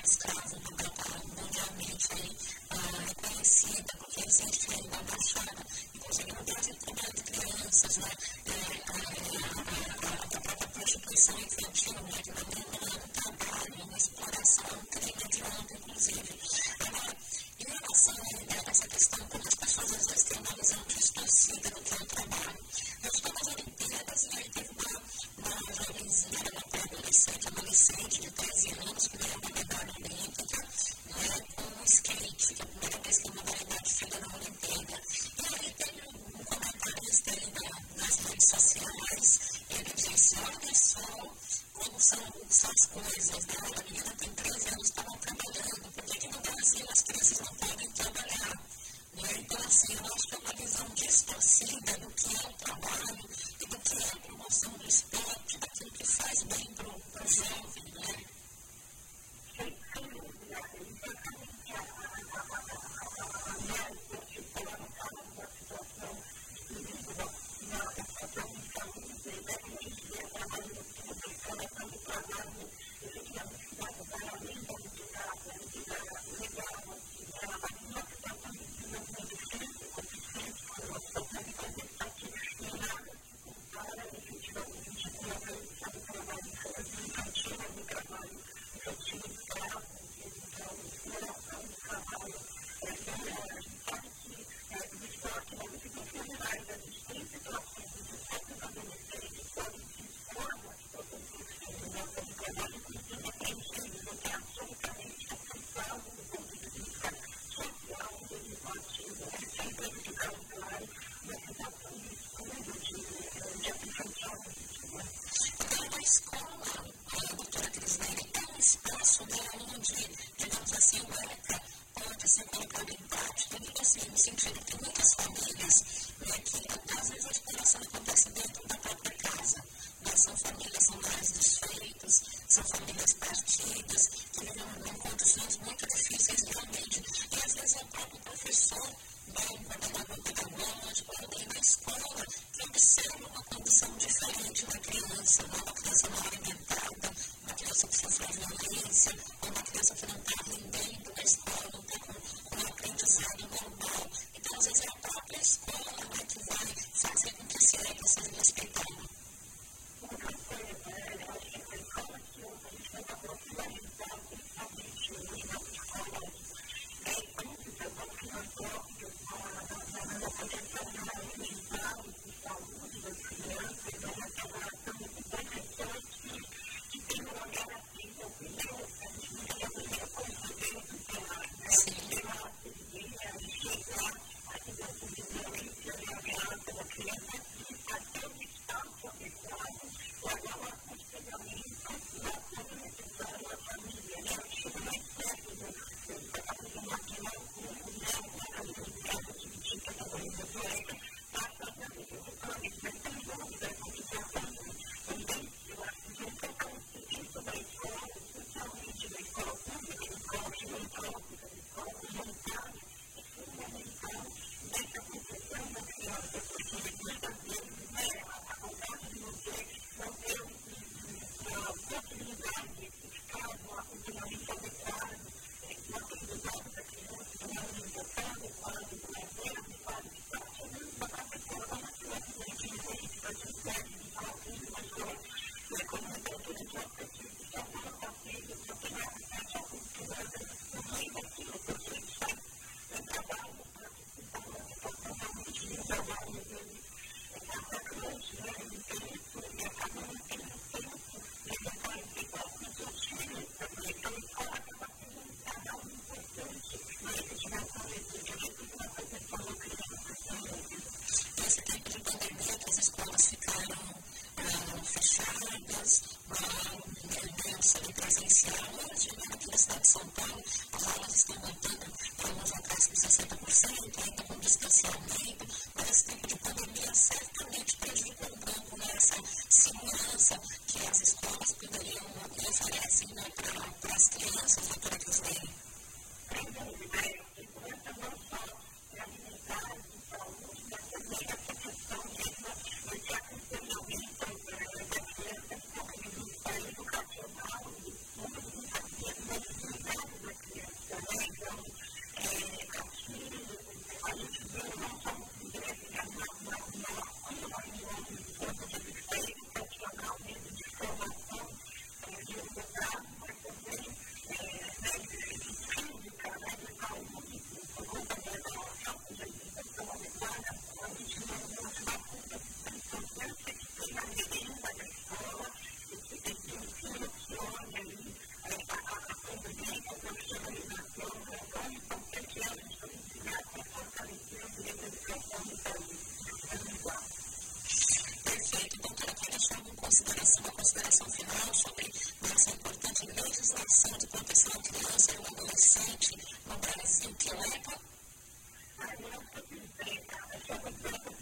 escravo, uma data mundialmente reconhecida, porque existe ainda a baixada, inclusive no Brasil, trabalho de crianças, né? A própria prostituição infantil, né? Que não é um trabalho, uma exploração, um crime hediondo, inclusive. Agora, em relação a essa questão, como as pessoas às vezes têm uma visão distorcida do que é o trabalho. Eu estou nas Olimpíadas e aí teve uma jovenzinha, uma adolescente de 13 anos, que ganhou uma medalha olímpica, com skate, que é a primeira vez que uma modalidade chega na Olimpíada. E aí teve um comentarista aí nas redes sociais, ele disse, olha só como são as coisas, né? A menina tem 13 anos, estavam trabalhando, por que no Brasil as crianças não podem trabalhar? Então, assim, eu acho que é uma visão distorcida do que é o trabalho e do que é a promoção do esporte, daquilo que faz bem para o jovem, né? de legislação de proteção à criança e ao adolescente no Brasil, que é o ECA?